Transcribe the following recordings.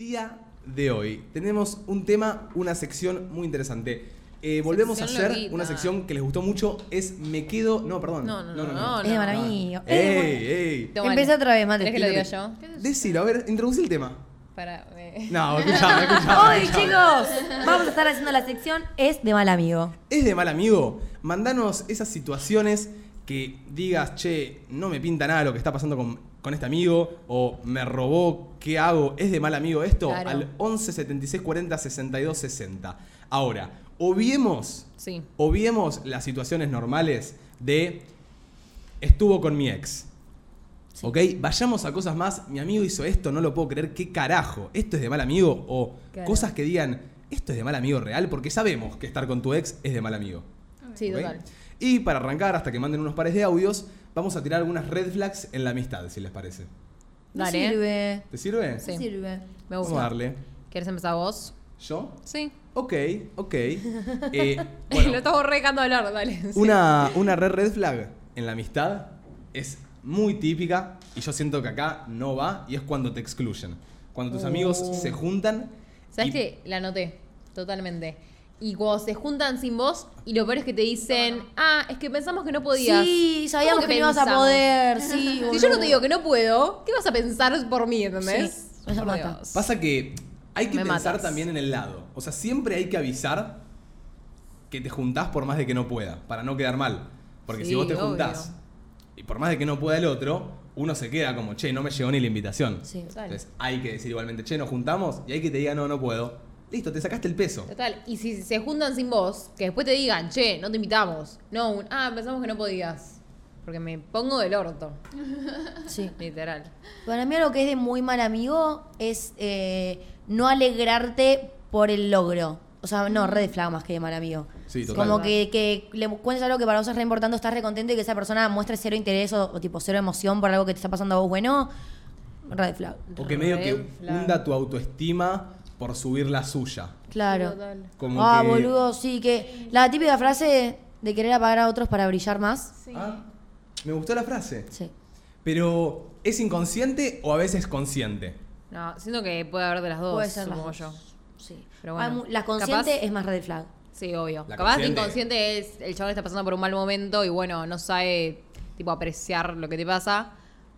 día de hoy tenemos un tema, una sección muy interesante. Volvemos a hacer una sección que les gustó mucho. Es Me Quedo... No, perdón. No. Es de mal amigo. ¡Ey! Empecé otra vez, Mate. ¿Querés que lo diga yo? Decilo, a ver, introducí el tema. No, escuchame. Hoy, chicos, vamos a estar haciendo la sección Es de mal amigo. ¿Es de mal amigo? Mandanos esas situaciones que digas, che, no me pinta nada lo que está pasando con este amigo, o me robó, ¿qué hago? ¿Es de mal amigo esto? Claro. Al 11 76 40 62 60. Ahora, obviemos las situaciones normales de estuvo con mi ex. Sí. ¿Ok? Vayamos a cosas más. Mi amigo hizo esto, no lo puedo creer. ¿Qué carajo? ¿Esto es de mal amigo? O cosas que digan, ¿esto es de mal amigo real? Porque sabemos que estar con tu ex es de mal amigo. Sí, ¿Okay? total. Y para arrancar, hasta que manden unos pares de audios, vamos a tirar algunas red flags en la amistad, si les parece. Dale. ¿Me sirve? ¿Te sirve? Sí. Me sirve. Me gusta. Vamos a darle. ¿Quieres empezar vos? ¿Yo? Sí. Ok. Lo estamos recando de hablar, dale. Sí. Una red flag en la amistad es muy típica y yo siento que acá no va, y es cuando te excluyen. Cuando tus amigos se juntan. ¿Sabes qué? La anoté, totalmente. Y cuando se juntan sin vos, y lo peor es que te dicen, es que pensamos que no podías. Sí, sabíamos que no ibas a poder. Sí, si yo no te digo que no puedo, ¿qué vas a pensar por mí, entendés? Sí, eso mata. Pasa que hay que pensar matas. también en el lado. O sea, siempre hay que avisar que te juntás por más de que no pueda, para no quedar mal. Porque si vos te juntás y por más de que no pueda el otro, uno se queda como, che, no me llegó ni la invitación. Sí. Entonces hay que decir igualmente, che, nos juntamos, y hay que te diga, no puedo. Listo, te sacaste el peso. Total. Y si se juntan sin vos, que después te digan, che, no te invitamos. No, pensamos que no podías. Porque me pongo del orto. Sí. Literal. Para mí algo que es de muy mal amigo es no alegrarte por el logro. O sea, no, red flag más que de mal amigo. Sí, total. Como que le cuentes algo que para vos es re importante, estás re contento y que esa persona muestre cero interés o tipo cero emoción por algo que te está pasando a vos bueno. Red flag. O que medio que hunda tu autoestima por subir la suya. Claro. Como que... boludo, sí, que la típica frase de querer apagar a otros para brillar más. Sí. Me gustó la frase. Sí. Pero, ¿es inconsciente o a veces consciente? No, siento que puede haber de las dos, Puede ser las supongo dos. yo. Sí. Pero bueno, La consciente capaz- es más red flag. Sí, obvio. La Capaz de consciente. inconsciente es el chaval está pasando por un mal momento y bueno, no sabe tipo apreciar lo que te pasa.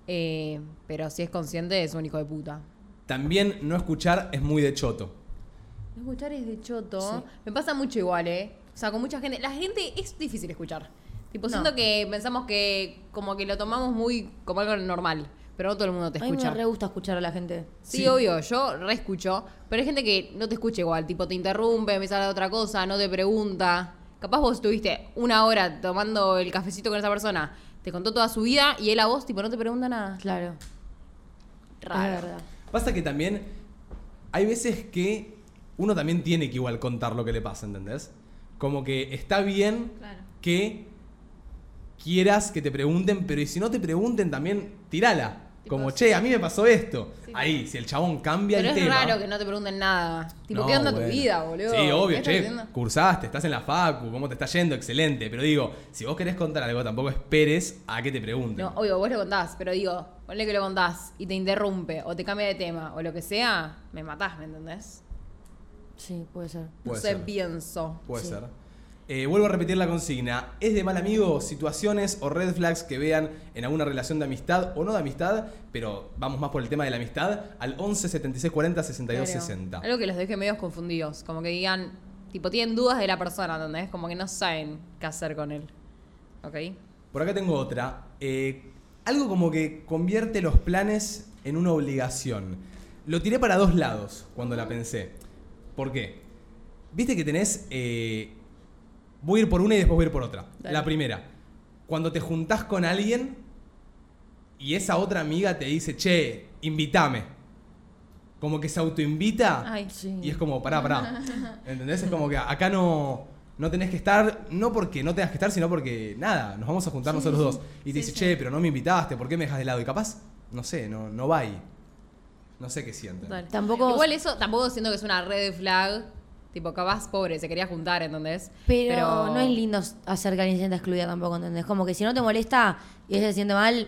Pero si es consciente es un hijo de puta. También no escuchar es muy de choto. No escuchar es de choto. Sí. Me pasa mucho igual, O sea, con mucha gente. La gente es difícil escuchar. Tipo, siento No. que pensamos que como que lo tomamos muy como algo normal. Pero no todo el mundo te A mí escucha. me re gusta escuchar a la gente. Sí, obvio, yo re escucho. Pero hay gente que no te escucha igual. Tipo, te interrumpe, me sale de otra cosa, no te pregunta. Capaz vos estuviste una hora tomando el cafecito con esa persona. Te contó toda su vida y él a vos, tipo, no te pregunta nada. Claro. Raro. Es verdad. Pasa que también hay veces que uno también tiene que igual contar lo que le pasa, ¿entendés? Como que está bien que quieras que te pregunten, pero y si no te pregunten también, tirala. Tipo, Como, che, a mí me pasó esto. Ahí, si el chabón cambia Pero el es tema... raro que no te pregunten nada. Tipo, No, ¿qué onda tu bueno. vida, boludo? Sí, ¿Qué obvio, estás che, haciendo? cursaste, estás en la facu, ¿cómo te está yendo? Excelente. Pero digo, si vos querés contar algo, tampoco esperes a que te pregunten. No, obvio, vos lo contás, pero digo, ponle que lo contás y te interrumpe o te cambia de tema o lo que sea, me matás, ¿me entendés? Sí, puede ser. Puede no sé, ser. pienso. Puede Sí. ser. Vuelvo a repetir la consigna. ¿Es de mal amigo situaciones o red flags que vean en alguna relación de amistad o no de amistad? Pero vamos más por el tema de la amistad. Al 11 76 40 62 Claro. 60. Algo que los deje medios confundidos, como que digan, tipo, tienen dudas de la persona, ¿entendés? Como que no saben qué hacer con él. ¿Ok? Por acá tengo otra. Algo como que convierte los planes en una obligación. Lo tiré para dos lados cuando la pensé. ¿Por qué? Viste que tenés... voy a ir por una y después voy a ir por otra. Dale. La primera. Cuando te juntás con alguien y esa otra amiga te dice, che, invítame. Como que se autoinvita. Ay, sí. Y es como, pará. ¿Entendés? Es como que acá no tenés que estar, no porque no tengas que estar, sino porque, nada, nos vamos a juntar nosotros dos. Y te dice, che, pero no me invitaste, ¿por qué me dejas de lado? Y capaz, no sé, no va ahí. No sé qué sienten. Dale. Tampoco- Igual eso tampoco siento que es una red flag. Tipo, capaz, pobre, se quería juntar, ¿entendés? Pero no es lindo hacer que alguien se sienta excluida tampoco, ¿entendés? Como que si no te molesta y ella se siente mal,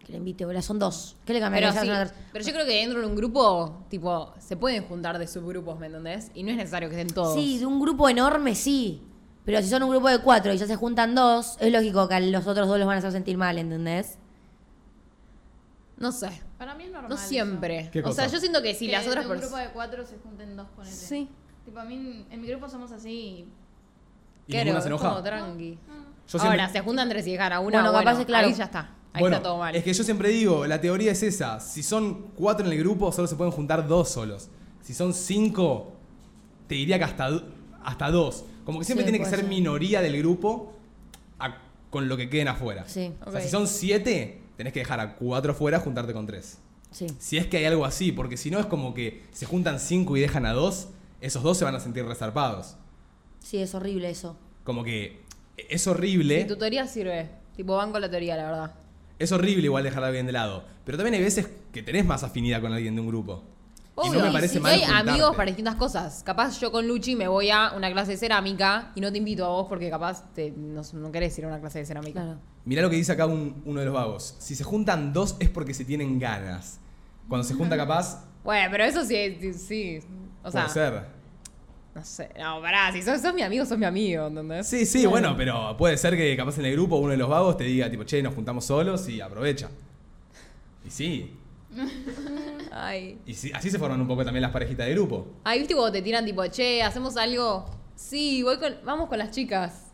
Que le invite, boludo. Son 2. ¿Qué le cambiaría? Pero yo creo que dentro de un grupo, tipo, se pueden juntar de subgrupos, ¿me entendés? Y no es necesario que estén todos. Sí, de un grupo enorme sí. Pero si son un grupo de 4 y ya se juntan 2, es lógico que a los otros 2 los van a hacer sentir mal, ¿entendés? No sé. Para mí es normal. No siempre. ¿Qué O cosa? sea, yo siento que si Que las otras de un personas... grupo de 4 se junten 2, ponele. Sí. Tipo, a mí, en mi grupo somos así. ¿Y ninguna se enoja? Como tranqui. Yo Ahora, siempre- se juntan 3 y dejan a una, Bueno, capaz es claro. ahí ya está. Ahí bueno, está todo mal. es que yo siempre digo, la teoría es esa. Si son 4 en el grupo, solo se pueden juntar 2 solos. Si son 5, te diría que hasta 2. Como que siempre Sí, tiene que puede ser ser. minoría del grupo con lo que queden afuera. Sí. O sea, Ok. si son 7, tenés que dejar a 4 afuera, juntarte con 3. Sí. Si es que hay algo así, porque si no es como que se juntan 5 y dejan a 2, esos 2 se van a sentir resarpados. Sí, es horrible eso. Como que es horrible. Tu teoría sirve. Tipo, banco la teoría, la verdad. Es horrible igual dejar a alguien de lado. Pero también hay veces que tenés más afinidad con alguien de un grupo. Y Obvio, no me parece sí, mal hay juntarte. amigos para distintas cosas. Capaz yo con Luchi me voy a una clase de cerámica y no te invito a vos porque capaz no querés ir a una clase de cerámica. Claro. Mirá lo que dice acá uno de los vagos. Si se juntan 2 es porque se tienen ganas. Cuando se junta capaz, Bueno, pero eso sí. O sea, puede ser. no sé. No, pará, si sos mi amigo, sos mi amigo, ¿entendés? Sí, bueno, pero puede ser que capaz en el grupo uno de los vagos te diga tipo, che, nos juntamos solos y aprovecha. Y sí. Ay. Y sí, así se forman un poco también las parejitas de grupo. Ahí viste cuando te tiran tipo, che, ¿hacemos algo? Sí, vamos con las chicas.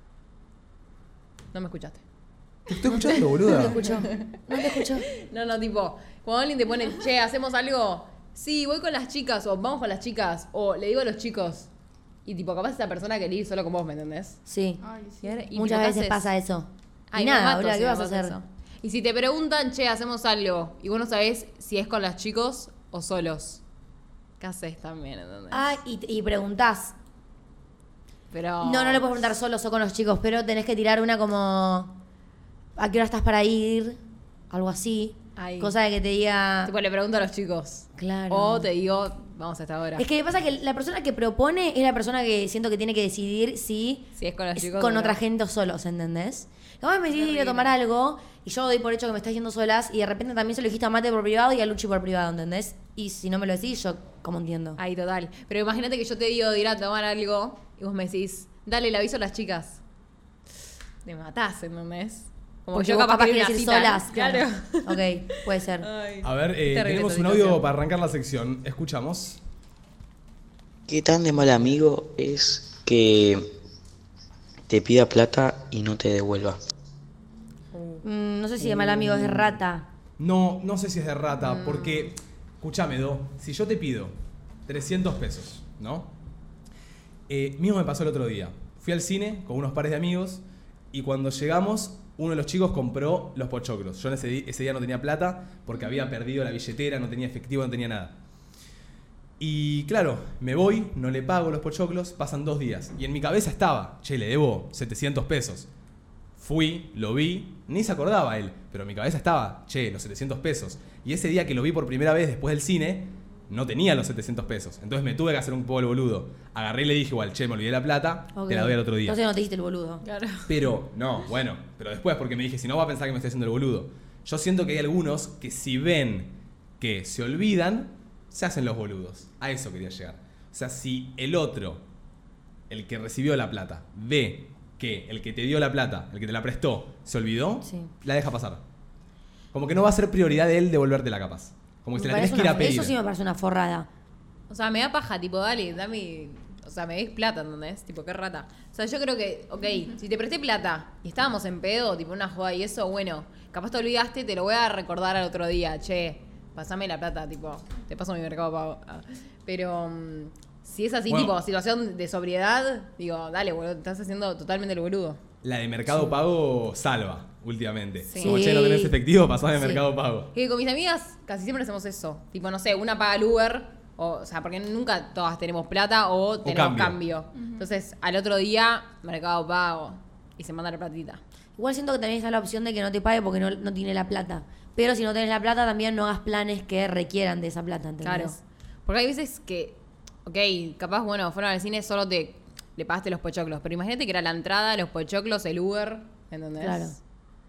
No me escuchaste. Te estoy escuchando, No te boluda. escucho. No te escucho. No, tipo, cuando alguien te pone, che, ¿hacemos algo? Sí, voy con las chicas, o vamos con las chicas, o le digo a los chicos. Y tipo, capaz esa persona quería ir solo con vos, ¿me entendés? Sí. Ay, sí. Y Muchas me veces haces- pasa eso. Ay, Y me nada, mato boludo, si ¿qué me vas a pasa hacer? eso. Y si te preguntan, che, hacemos algo, y vos no sabés si es con los chicos o solos. ¿Qué haces también, entendés? Ah, y preguntás. Pero... No le puedes preguntar solo o con los chicos, pero tenés que tirar una como... ¿A qué hora estás para ir? Algo así. Ay. Cosa de que te diga... Tipo, le pregunto a los chicos. Claro. O te digo, vamos a esta hora. Es que me pasa que la persona que propone es la persona que siento que tiene que decidir si Si es con los es chicos con o otra no. gente o solos, ¿entendés? Capaz me decís ir a tomar algo y yo doy por hecho que me estás yendo solas y de repente también se lo dijiste a Mate por privado y a Luchi por privado, ¿entendés? Y si no me lo decís, yo como entiendo. Ay, total. Pero imagínate que yo te digo de ir a tomar algo y vos me decís, dale, le aviso a las chicas. Te matás, ¿entendés? Como Porque yo vos capaz querés que ir una cita. solas. Claro. Ok, puede ser. Ay. A ver, Terrible tenemos esta un audio situación. para arrancar la sección. Escuchamos. ¿Qué tan de mal amigo es que te pida plata y no te devuelva? No sé si de mal amigo es de rata. No sé si es de rata, porque, escúchame, Do, si yo te pido 300 pesos, ¿no? Mismo me pasó el otro día. Fui al cine con unos pares de amigos y cuando llegamos, uno de los chicos compró los pochoclos. Yo ese día no tenía plata porque había perdido la billetera, no tenía efectivo, no tenía nada. Y claro, me voy, no le pago los pochoclos, pasan 2 días. Y en mi cabeza estaba, che, le debo 700 pesos. Fui, lo vi, ni se acordaba él, pero en mi cabeza estaba, che, los 700 pesos. Y ese día que lo vi por primera vez después del cine, no tenía los 700 pesos. Entonces me tuve que hacer un poco el boludo. Agarré y le dije igual, che, me olvidé la plata, Ok. te la doy al otro día. Entonces no te diste el boludo. Claro. Pero, no, bueno, pero después porque me dije, si no va a pensar que me estoy haciendo el boludo. Yo siento que hay algunos que si ven que se olvidan, se hacen los boludos. A eso quería llegar. O sea, si el otro, el que recibió la plata, ve que el que te dio la plata, el que te la prestó, se olvidó, Sí. la deja pasar. Como que no va a ser prioridad de él devolvértela capaz. Como que se la tenés que ir a pedir. Eso sí me parece una forrada. O sea, me da paja, tipo, dale, dame. O sea, me des plata, ¿entendés? Tipo, qué rata. O sea, yo creo que, ok, si te presté plata y estábamos en pedo, tipo una joda y eso, bueno, capaz te olvidaste, te lo voy a recordar al otro día. Che, pasame la plata, tipo, te paso mi Mercado Pago. Ah. Pero si es así, Bueno. tipo, situación de sobriedad, digo, dale, boludo, te estás haciendo totalmente el boludo. La de Mercado Pago salva últimamente. Sí. Como, che, no tenés efectivo, pasame de Sí. Mercado Pago. Que con mis amigas casi siempre hacemos eso. Tipo, no sé, una paga el Uber, o sea, porque nunca todas tenemos plata o tenemos cambio. cambio. Entonces, al otro día, Mercado Pago. Y se manda la platita. Igual siento que también está la opción de que no te pague porque no tiene la plata. Pero si no tenés la plata, también no hagas planes que requieran de esa plata, ¿entendés? Claro. Porque hay veces que, ok, capaz, bueno, fueron al cine, solo le pagaste los pochoclos. Pero imagínate que era la entrada, los pochoclos, el Uber, ¿entendés? Claro.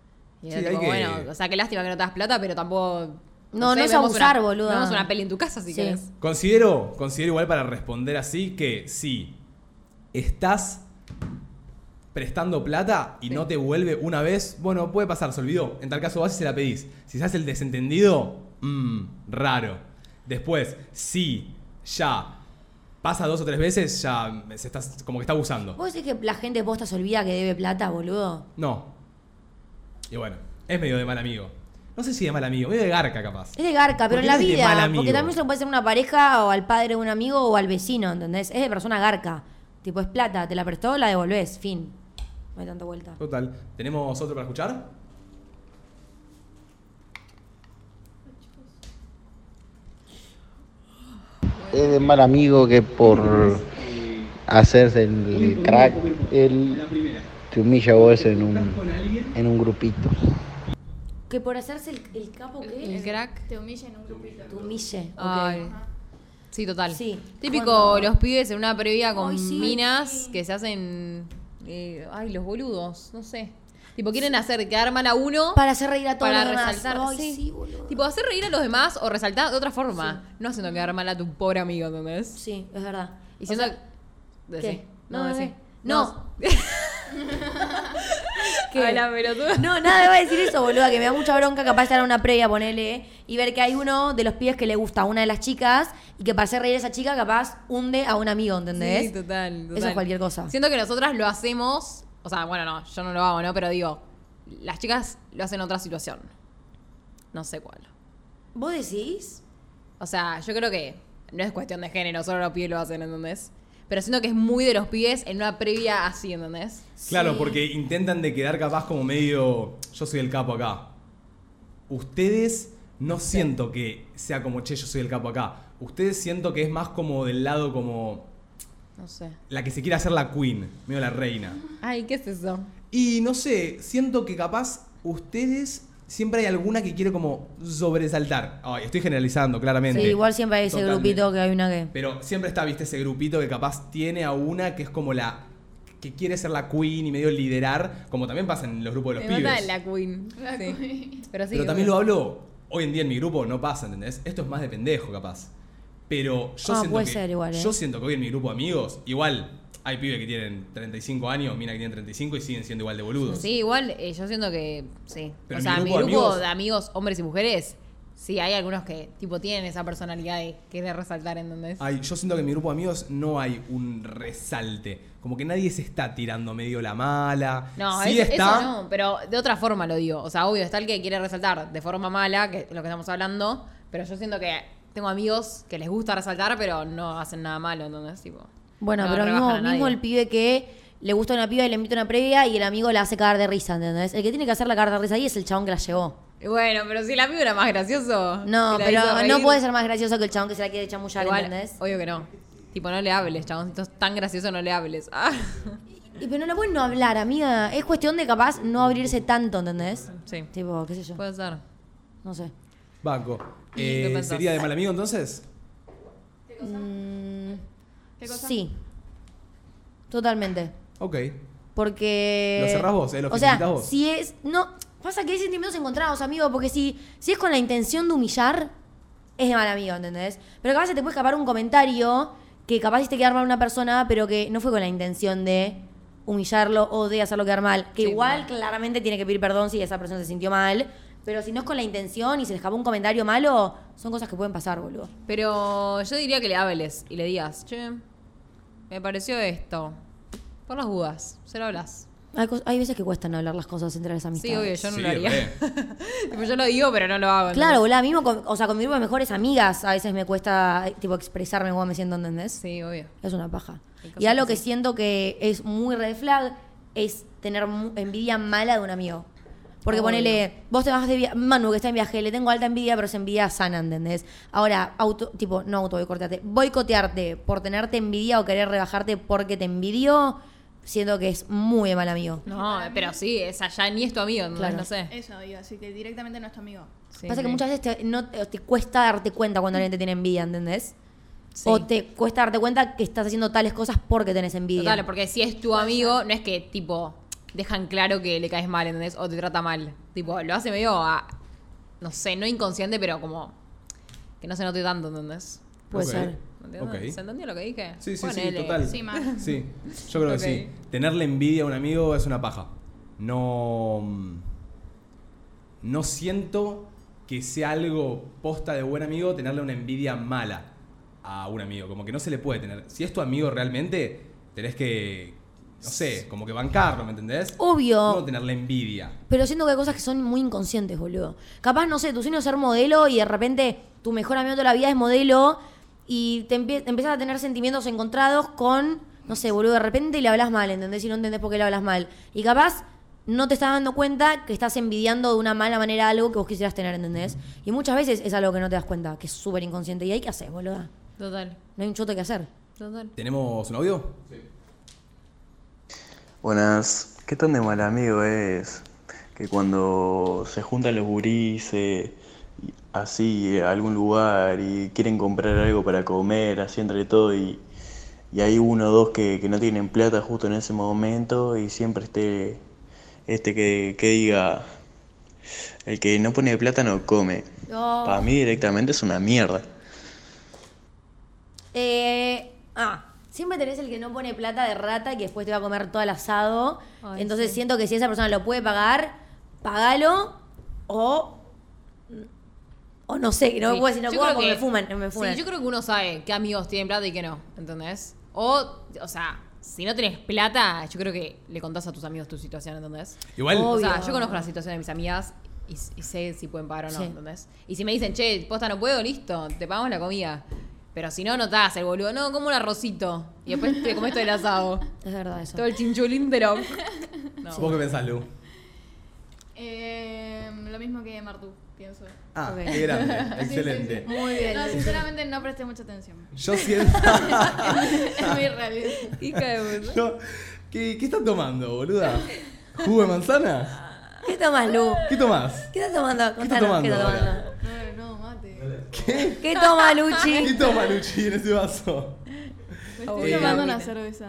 Y Sí, era hay tipo, que- bueno, o sea, qué lástima que no te das plata, pero tampoco... No, sé, no es vemos abusar, una, boluda. Vemos una peli en tu casa si Sí. querés. Considero igual para responder así que si estás prestando plata y no te vuelve una vez, bueno, puede pasar, se olvidó. En tal caso vas y se la pedís. Si se hace el desentendido, raro. Después, si ya pasa 2 o 3 veces, ya como que está abusando. ¿Vos decís que la gente posta se olvida que debe plata, boludo? No. Y bueno, es medio de mal amigo. No sé si de mal amigo, medio de garca capaz. Es de garca, pero ¿Por en qué la es de mal vida. amigo? Porque también se lo puede ser una pareja o al padre de un amigo o al vecino, ¿entendés? Es de persona garca. Tipo, es plata, te la prestó, la devolvés, fin. No hay tanta vuelta. Total. ¿Tenemos otro para escuchar? Es de mal amigo que por hacerse el crack, él te humilla vos en un grupito. Que por hacerse el capo, ¿qué? El crack. Te humilla en un grupito. Te humille. ok. Ay. Sí, total. Sí. Típico Cuando- los pibes en una previa con Ay, sí. minas que se hacen... los boludos, no sé. Tipo, quieren hacer quedar mal a uno Para hacer reír a todos para los demás. resaltar. Ay, sí, boludo. Tipo, hacer reír a los demás o resaltar de otra forma. No haciendo quedar mal a tu pobre amigo, ¿entendés? Sí, es verdad. Y O siento... sea, Decí. ¿qué? No, No, decí. no. ¿Qué? Habla, pelotuda. No, nada, iba a decir eso, boluda, que me da mucha bronca capaz de estar en una previa, ponele, y ver que hay uno de los pibes que le gusta a una de las chicas y que para hacer reír a esa chica capaz hunde a un amigo, ¿entendés? Sí, total. Eso es cualquier cosa. Siento que nosotras lo hacemos... O sea, bueno, no, yo no lo hago, ¿no? Pero digo, las chicas lo hacen en otra situación. No sé cuál. ¿Vos decís? O sea, yo creo que no es cuestión de género, solo los pibes lo hacen, ¿entendés? Pero siento que es muy de los pibes en una previa así, ¿entendés? Claro, Sí. porque intentan de quedar capaz como medio, yo soy el capo acá. Ustedes no siento que sea como, che, yo soy el capo acá. Ustedes siento que es más como del lado como No sé. la que se quiere hacer la queen, medio la reina. Ay, ¿qué es eso? Y no sé, siento que capaz ustedes siempre hay alguna que quiere como sobresaltar. Ay, estoy generalizando, claramente. Sí, igual siempre hay ese Totalmente. grupito que hay una que... Pero siempre está, viste, ese grupito que capaz tiene a una que es como la que quiere ser la queen y medio liderar, como también pasa en los grupos de los Me mata pibes. la queen. La Sí. queen. Pero sí. Pero también lo hablo, hoy en día en mi grupo no pasa, ¿entendés? Esto es más de pendejo, capaz. Pero yo siento puede que ser igual, ¿eh? yo siento que hoy en mi grupo de amigos, igual hay pibes que tienen 35 años, mina que tienen 35 y siguen siendo igual de boludos. Sí, igual yo siento que sí. Pero o en sea, mi mi grupo de grupo amigos- de amigos, hombres y mujeres, sí, hay algunos que tipo tienen esa personalidad de querer resaltar, ¿entendés? Yo siento que en mi grupo de amigos no hay un resalte. Como que nadie se está tirando medio la mala. No, sí eso está. no, pero de otra forma lo digo. O sea, obvio, está el que quiere resaltar de forma mala, que es lo que estamos hablando, pero yo siento que tengo amigos que les gusta resaltar, pero no hacen nada malo, entonces, tipo. Bueno, no pero rebajan a mismo nadie. el pibe que le gusta a una piba y le invita a una previa y el amigo la hace cagar de risa, ¿entendés? El que tiene que hacer la cagar de risa ahí es el chabón que la llevó. Y bueno, pero si el amigo era más gracioso. No, que la hizo pero reír, no puede ser más gracioso que el chabón que se la quiere chamullar, igual, ¿entendés? obvio que no. Tipo, no le hables, chabón. Si sos tan gracioso, no le hables. Ah. Pero no la pueden no hablar, amiga. Es cuestión de capaz no abrirse tanto, ¿entendés? Sí. Tipo, qué sé yo. Puede ser. No sé. Banco. ¿Qué pensás? ¿Sería de mal amigo entonces? ¿Qué cosa? Sí. Totalmente. Ok. Porque... ¿Lo cerrás vos, lo O sea, finiquitás vos? si es... No, pasa que hay sentimientos encontrados, amigo, porque si es con la intención de humillar, es de mal amigo, ¿entendés? Pero capaz se te puede escapar un comentario que capaz hiciste quedar mal a una persona, pero que no fue con la intención de humillarlo o de hacerlo quedar mal. Que Sí, igual no. claramente tiene que pedir perdón si esa persona se sintió mal. Pero si no es con la intención y se le escapó un comentario malo, son cosas que pueden pasar, boludo. Pero yo diría que le hables y le digas, che, me pareció esto. Por las dudas, se lo hablas. Hay veces que cuestan hablar las cosas entre las amistades. Sí, obvio, yo no Sí, lo haría. re. Tipo, yo lo digo, pero no lo hago. Claro, ¿entendés? boludo, mismo con mi grupo de mejores amigas a veces me cuesta tipo expresarme cómo me siento, ¿entendés? Sí, obvio. Es una paja. Hay cosas Y algo que que siento que es muy red flag es tener envidia mala de un amigo. Porque Obvio. ponele, vos te vas de viaje, Manu que está en viaje, le tengo alta envidia, pero es envidia sana, ¿entendés? Ahora, no boicotearte por tenerte envidia o querer rebajarte porque te envidio, siento que es muy de mal amigo. No, pero sí, esa ya ni es tu amigo, ¿entendés? Claro. No sé. Eso, digo, así que directamente no es tu amigo. Sí, Pasa que sí. muchas veces te cuesta darte cuenta cuando alguien te tiene envidia, ¿entendés? Sí. O te cuesta darte cuenta que estás haciendo tales cosas porque tenés envidia. Total, porque si es tu amigo, no es que tipo dejan claro que le caes mal, ¿entendés? O te trata mal. Tipo, lo hace medio no sé, no inconsciente, pero como que no se note tanto, ¿entendés? Puede Ok. ser. ¿Se entendió lo que dije? Sí, Ponele. total. Sí, más. Sí, yo creo Ok. que sí. Tenerle envidia a un amigo es una paja. No siento que sea algo posta de buen amigo tenerle una envidia mala a un amigo. Como que no se le puede tener. Si es tu amigo realmente, tenés que, no sé, como que bancarlo, ¿me entendés? Obvio. No tenerle envidia. Pero siento que hay cosas que son muy inconscientes, boludo. Capaz, no sé, tu sueño es ser modelo y de repente tu mejor amigo de toda la vida es modelo y te empiezas a tener sentimientos encontrados con, no sé, boludo, de repente le hablas mal, ¿entendés? Y no entendés por qué le hablas mal. Y capaz no te estás dando cuenta que estás envidiando de una mala manera algo que vos quisieras tener, ¿entendés? Y muchas veces es algo que no te das cuenta, que es súper inconsciente. ¿Y hay que hacer, boludo? Total. No hay un choto que hacer. Total. ¿Tenemos un audio? Buenas, ¿qué tan de mal amigo es que cuando se juntan los gurises así a algún lugar y quieren comprar algo para comer, así entre todo y hay uno o dos que no tienen plata justo en ese momento y siempre esté que diga el que no pone plata no come? No. Para mí directamente es una mierda. Siempre tenés el que no pone plata de rata y que después te va a comer todo el asado. Ay, Entonces sí. siento que si esa persona lo puede pagar, pagalo o no sé, que no me Sí. puedo decir no Yo puedo creo porque que- me fuman, me fuman. Sí, yo creo que uno sabe qué amigos tienen plata y qué no, ¿entendés? O sea, si no tenés plata, yo creo que le contás a tus amigos tu situación, ¿entendés? Igual, Obvio. O sea, yo conozco la situación de mis amigas y sé si pueden pagar o no, Sí. ¿entendés? Y si me dicen, che, posta no puedo, listo, te pagamos la comida. Pero si no, no te hagas el boludo. No, como un arrocito. Y después te comes todo el asado. Es verdad eso. Todo el chinchulín de lo... No. ¿vos qué pensás, Lu? Lo mismo que Martu, pienso. Ah, Ok. qué grande, Sí, excelente. sí, sí. Muy bien. No, sinceramente no presté mucha atención. Yo siento... Es mi realidad. Hija de puta. Yo- ¿Qué estás tomando, boluda? ¿Jugo de manzana? ¿Qué tomas, Lu? ¿Qué tomás? ¿Qué estás tomando? estás Contanos, tomando ¿qué estás ahora? tomando? No, mate. ¿Qué? ¿Qué toma, ¿Qué Luchi? toma, Luchi, en ese vaso? Me estoy tomando una cerveza.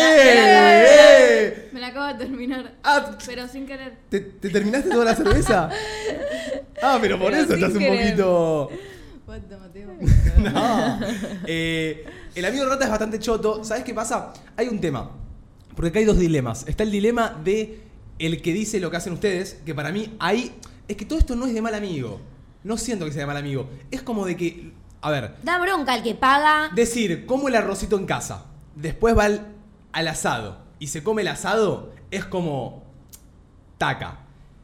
¡Eh! Me la acabo de terminar. Ah, Pero sin querer. ¿te terminaste toda la cerveza? Ah, pero por Pero eso sin estás un querer. poquito... What the Mateo. No. El amigo rata es bastante choto. ¿Sabes qué pasa? Hay un tema. Porque acá hay dos dilemas. Está el dilema de el que dice lo que hacen ustedes, que para mí hay... Es que todo esto no es de mal amigo. No siento que sea de mal amigo. Es como de que... A ver, Da bronca el que paga. decir, como el arrocito en casa, después va al asado y se come el asado, es como... Taca.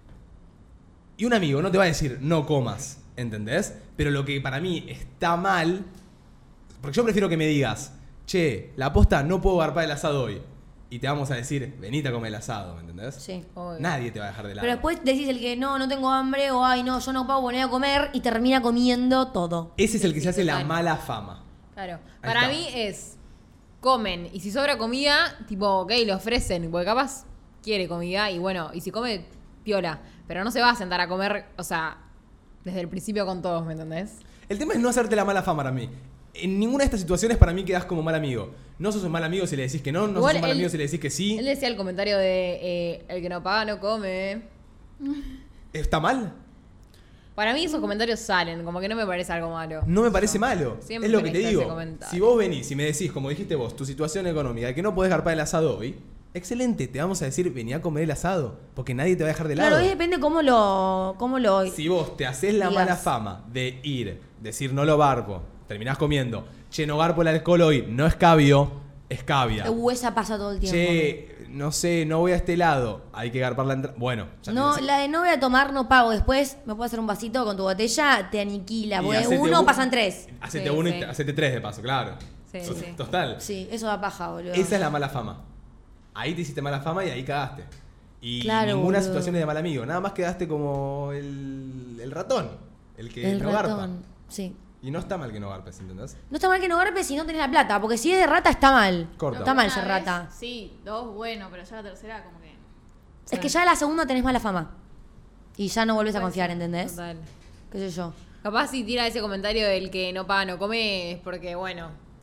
Y un amigo no te va a decir, no comas, ¿entendés? Pero lo que para mí está mal... Porque yo prefiero que me digas, che, la posta no puedo garpar el asado hoy. Y te vamos a decir, venite a comer el asado, ¿me entendés? Sí. Obvio. Nadie te va a dejar de lado. Pero después decís el que no tengo hambre o ay, no, yo no puedo poner a comer y termina comiendo todo. Ese es el que se hace la total. mala fama. Claro. Ahí Para está. mí es... Comen. Y si sobra comida, tipo, ok, le ofrecen. Porque capaz quiere comida y bueno, y si come, piola. Pero no se va a sentar a comer, o sea, desde el principio con todos, ¿me entendés? El tema es no hacerte la mala fama para mí. En ninguna de estas situaciones para mí quedás como mal amigo. No sos un mal amigo si le decís que no, no Igual sos un mal él- amigo si le decís que sí. Él decía el comentario de el que no paga no come. ¿Está mal? Para mí esos comentarios salen, como que no me parece algo malo. No me parece malo. Siempre Es lo que te tenés ese digo. comentario. Si vos venís y me decís, como dijiste vos, tu situación económica, de que no podés garpar el asado hoy, excelente, te vamos a decir, vení a comer el asado, porque nadie te va a dejar de lado. Claro, ahí depende cómo lo Si vos te haces la digas. mala fama de ir, decir no lo garpo, terminás comiendo, che, no garpo el alcohol hoy, no escabio, escabia. esa pasa todo el tiempo. Che, no sé, no voy a este lado, hay que garpar la entrada. Bueno, ya No, tenés- la de no voy a tomar, no pago. Después me puedo hacer un vasito con tu botella, te aniquila. Y Porque hacete uno pasan tres. Hacete Sí, uno sí. y hacete tres de paso, claro. Sí, To- sí. Total. Sí, eso da paja, boludo. Esa es la mala fama. Ahí te hiciste mala fama y ahí cagaste. Y Claro, ninguna boludo. situación es de mal amigo. Nada más quedaste como el ratón. El que El no garpa. ratón. Sí. Y no está mal que no garpes, ¿entendés? No está mal que no garpes si no tenés la plata, porque si es de rata está mal. Corta. Está mal Una ser vez, rata. Sí, dos, bueno, pero ya la tercera como que... Es que ya la segunda tenés mala fama. Y ya no volvés a Puede confiar, ser. ¿entendés? Total. ¿Qué sé yo? Capaz si tira ese comentario del que no paga no come es porque, bueno,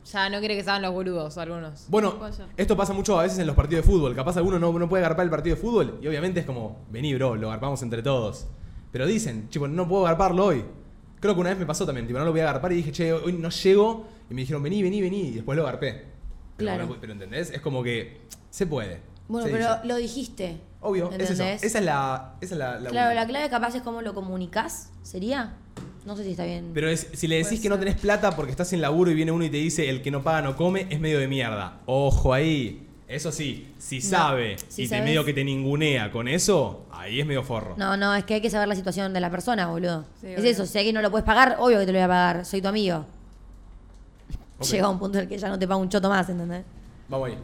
Ya no quiere que sean los boludos algunos. Bueno, Puede ser. esto pasa mucho a veces en los partidos de fútbol. Capaz alguno no puede garpar el partido de fútbol y obviamente es como, vení bro, lo garpamos entre todos. Pero dicen, chico, no puedo garparlo hoy. Creo que una vez me pasó también, tipo, no lo voy a garpar y dije, che, hoy no llego. Y me dijeron, vení, y después lo garpé. Claro. Pero ¿entendés? Es como que se puede. Bueno, Se pero dice. lo dijiste. Obvio, es eso. ¿entendés? Esa es la Claro, única. la clave capaz es cómo lo comunicás, ¿sería? No sé si está bien. Pero si le decís Puede que no ser. tenés plata porque estás sin laburo y viene uno y te dice el que no paga no come, es medio de mierda. Ojo ahí. Eso sí, si No, sabe si y sabes- medio que te ningunea con eso, ahí es medio forro. No, es que hay que saber la situación de la persona, boludo. Sí, es obvio. eso, si alguien no lo puedes pagar, obvio que te lo voy a pagar. Soy tu amigo. Ok. Llega un punto en el que ya no te pago un choto más, ¿entendés? Vamos ahí.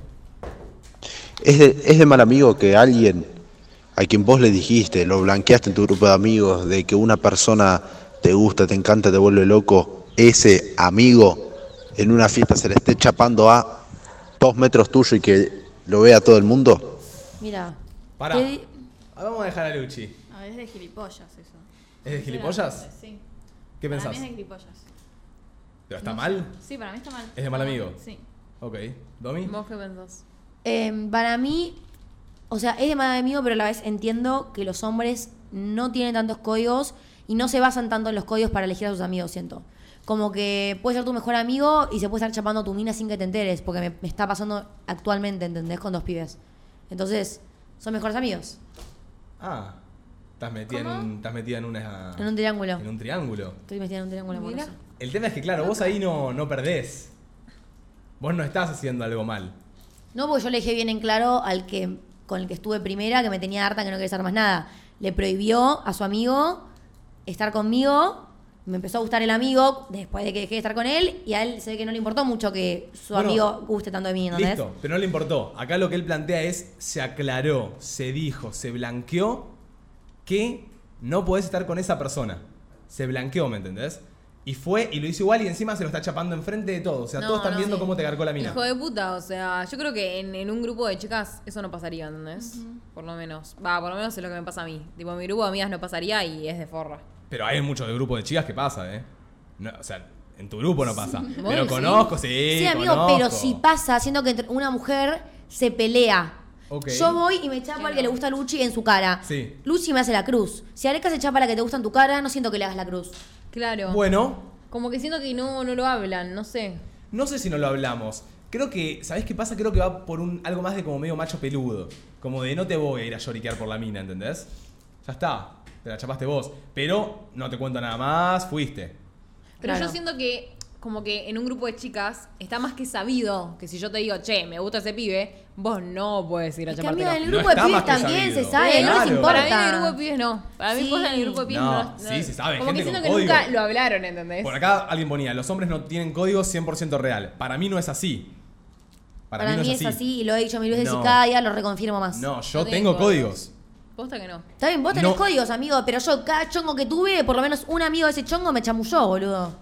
Es de mal amigo que alguien a quien vos le dijiste, lo blanqueaste en tu grupo de amigos, de que una persona te gusta, te encanta, te vuelve loco, ese amigo en una fiesta se le esté chapando a 2 metros tuyo y que lo vea todo el mundo? Mira. Pará. te di- Vamos a dejar a Luchi. A ver, es de gilipollas eso. ¿Es de gilipollas? Sí. ¿Qué Para pensás? mí es de gilipollas. ¿Pero está No mal? sé. Sí, para mí está mal. ¿Es de mal amigo? Sí. Ok. ¿Domi? ¿Vos qué pensás? Para mí, o sea, es de mal amigo, pero a la vez entiendo que los hombres no tienen tantos códigos y no se basan tanto en los códigos para elegir a sus amigos, siento. Como que puede ser tu mejor amigo y se puede estar chapando a tu mina sin que te enteres, porque me está pasando actualmente, ¿entendés? Con 2 pibes. Entonces, son mejores amigos. Ah. Estás metida en una. En un triángulo. En un triángulo. Estoy metida en un triángulo Mira. amoroso. El tema es que, claro, vos ahí no perdés. Vos no estás haciendo algo mal. No, porque yo le dejé bien en claro con el que estuve primera, que me tenía harta, que no quería hacer más nada. Le prohibió a su amigo estar conmigo. Me empezó a gustar el amigo después de que dejé de estar con él. Y a él se ve que no le importó mucho que su Bueno, amigo guste tanto de mí, ¿entendés? Listo, pero no le importó. Acá lo que él plantea es, se aclaró, se dijo, se blanqueó que no podés estar con esa persona. Se blanqueó, ¿me entendés? Y fue y lo hizo igual y encima se lo está chapando enfrente de todos. O sea, No, todos están no, viendo sí. cómo te cargó la mina. Hijo de puta, o sea, yo creo que en un grupo de chicas eso no pasaría, ¿entendés? Por lo menos. Por lo menos es lo que me pasa a mí. Tipo, en mi grupo de amigas no pasaría y es de forra. Pero hay muchos de grupos de chicas que pasa, ¿eh? No, o sea, en tu grupo no pasa. Pero sí. conozco, sí. Sí, amigo, conozco. pero si pasa, siendo que entre una mujer se pelea. Ok. Yo voy y me chapo al que le gusta a Luchi en su cara. Sí. Luchi me hace la cruz. Si Areca se chapa a la que te gusta en tu cara, no siento que le hagas la cruz. Claro. Bueno, Como que siento que no lo hablan, no sé. no sé si no lo hablamos. Creo que, ¿sabés qué pasa? Creo que va por algo más de como medio macho peludo. Como de no te voy a ir a lloriquear por la mina, ¿entendés? Ya está, te la chapaste vos. Pero no te cuento nada más, fuiste. Pero Claro. yo siento que como que en un grupo de chicas está más que sabido que si yo te digo, che, me gusta ese pibe, vos no puedes ir a Es que, amigo, chapártelo. en el No grupo de está pibes más que también sabido. se sabe, no les Claro. importa. Para mí en el grupo de pibes no. Para mí Sí. posta en el grupo de pibes No, no. sí, se sabe, Como gente que siento con que código. nunca lo hablaron, ¿entendés? Por acá alguien ponía, los hombres no tienen código 100% real. Para mí no es así. Para mí no es así y lo he dicho mil veces No. y cada día lo reconfirmo más. No, yo No tienen tengo códigos. códigos. Posta que no. Está bien, vos tenés No. códigos, amigo, pero yo, cada chongo que tuve, por lo menos un amigo de ese chongo me chamulló, boludo.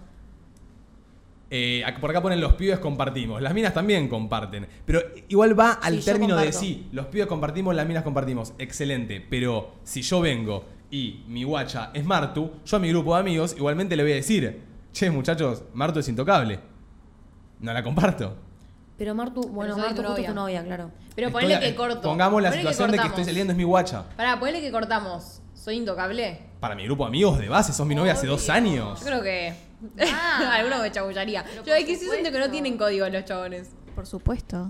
Por acá ponen los pibes compartimos. Las minas también comparten. Pero igual va al Sí, yo término de comparto. sí, los pibes compartimos, las minas compartimos. Excelente. Pero si yo vengo y mi guacha es Martu, yo a mi grupo de amigos igualmente le voy a decir, che, muchachos, Martu es intocable. No la comparto. Pero Martu, bueno, soy Martu tu justo es novia. tu novia, claro. Pero Estoy- ponele que corto. Pongamos la Ponele situación de que estoy cortamos. saliendo, es mi guacha. Pará, ponele que cortamos. ¿Soy intocable? Para mi grupo de amigos de base, sos mi novia hace 2 años. Yo creo que Ah. alguno me chamullaría. Pero Yo por es que sí siento que no supuesto. tienen código los chabones. Por supuesto.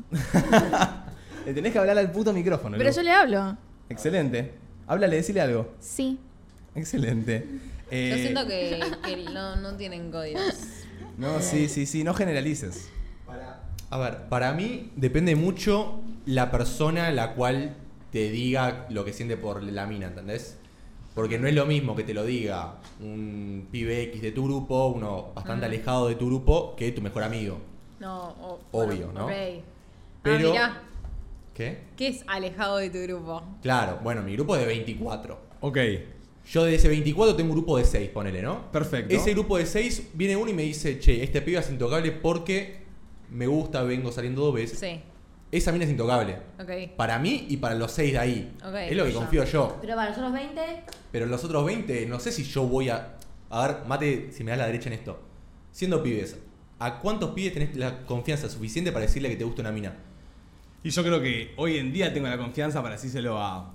Le tenés que hablar al puto micrófono. Pero Lu. yo le hablo. Excelente. Háblale, decile algo. Sí. Excelente. Yo siento que no tienen códigos. No, sí, no generalices. A ver, para mí depende mucho la persona la cual te diga lo que siente por la mina, ¿entendés? Porque no es lo mismo que te lo diga un pibe X de tu grupo, uno bastante alejado de tu grupo, que tu mejor amigo. No, Obvio, ¿no? ok. Pero- Mirá, ¿Qué? ¿qué es alejado de tu grupo? Claro, bueno, mi grupo es de 24. Ok, Yo de ese 24 tengo un grupo de 6, ponele, ¿no? perfecto. Ese grupo de 6 viene uno y me dice, che, este pibe es intocable porque me gusta, vengo saliendo 2 veces. Sí, Esa mina es intocable. ok. Para mí y para los 6 de ahí. Ok, Es lo que ya. confío yo. Pero para nosotros 20, Pero los otros 20, no sé si yo voy a... A ver, Mate, si me das la derecha en esto. Siendo pibes, ¿A cuántos pibes tenés la confianza suficiente para decirle que te gusta una mina? Y yo creo que hoy en día tengo la confianza para decírselo a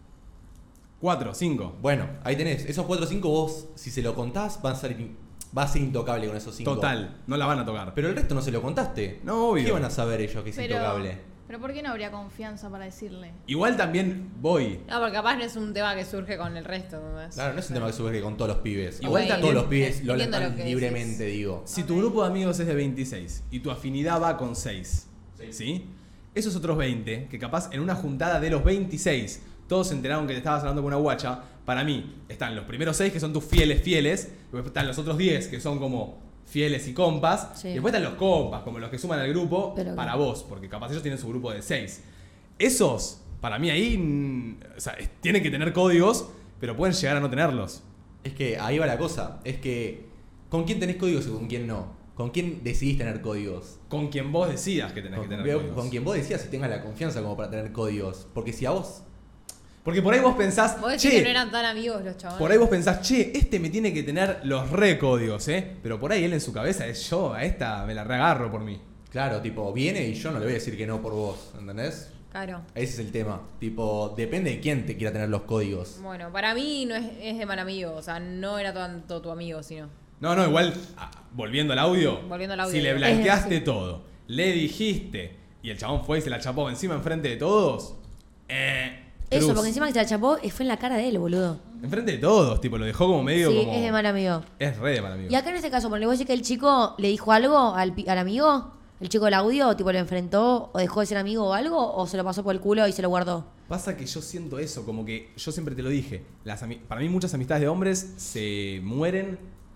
4, 5. Bueno, ahí tenés. Esos 4 o 5 vos, si se lo contás, va a ser intocable con esos 5. Total, no la van a tocar. Pero el resto no se lo contaste. No, obvio. ¿Qué van a saber ellos que es intocable? Pero ¿por qué no habría confianza para decirle? Igual también voy. No, porque capaz no es un tema que surge con el resto. ¿Entendés? Claro, no es un tema que surge con todos los pibes. Igual Todos también los pibes lo entiendo hablan lo que libremente, decís. digo. Si tu grupo de amigos es de 26 y tu afinidad va con 6, ¿sí? Esos otros 20, que capaz en una juntada de los 26 todos se enteraron que te estabas hablando con una guacha, para mí están los primeros 6 que son tus fieles, y después están los otros 10 que son como fieles y compas, Sí. y después están los compas, como los que suman al grupo Pero para claro. vos, porque capaz ellos tienen su grupo de 6. Esos, para mí ahí, o sea, tienen que tener códigos, pero pueden llegar a no tenerlos. Es que ahí va la cosa. Es que, ¿con quién tenés códigos y con quién no? ¿Con quién decidís tener códigos? Con quien vos decidas que tenés que tener códigos. Con quien vos decías si tengas la confianza como para tener códigos. Porque si a vos... Porque por ahí vos pensás, Vos decís que no eran tan amigos los chabones. por ahí vos pensás, che, este me tiene que tener los recódigos, Pero por ahí él en su cabeza es yo, a esta me la reagarro por mí. Claro, tipo, viene y yo no le voy a decir que no por vos, ¿entendés? Claro. Ese es el tema. Tipo, depende de quién te quiera tener los códigos. Bueno, para mí no es de mal amigo. O sea, no era tanto tu amigo, sino. No, igual, volviendo al audio, Volviendo al audio, si le digo. blanqueaste Sí. todo, le dijiste y el chabón fue y se la chapó encima enfrente de todos, Eso, cruz. porque encima que se la chapó fue en la cara de él, boludo. Enfrente de todos, tipo, lo dejó como medio Sí, como... es de mal amigo. Es re de mal amigo. Y acá en este caso, le voy a decir que el chico le dijo algo al amigo, el chico del audio, tipo lo enfrentó o dejó de ser amigo o algo, o se lo pasó por el culo y se lo guardó. Pasa que yo siento eso, como que yo siempre te lo dije, para mí muchas amistades de hombres se mueren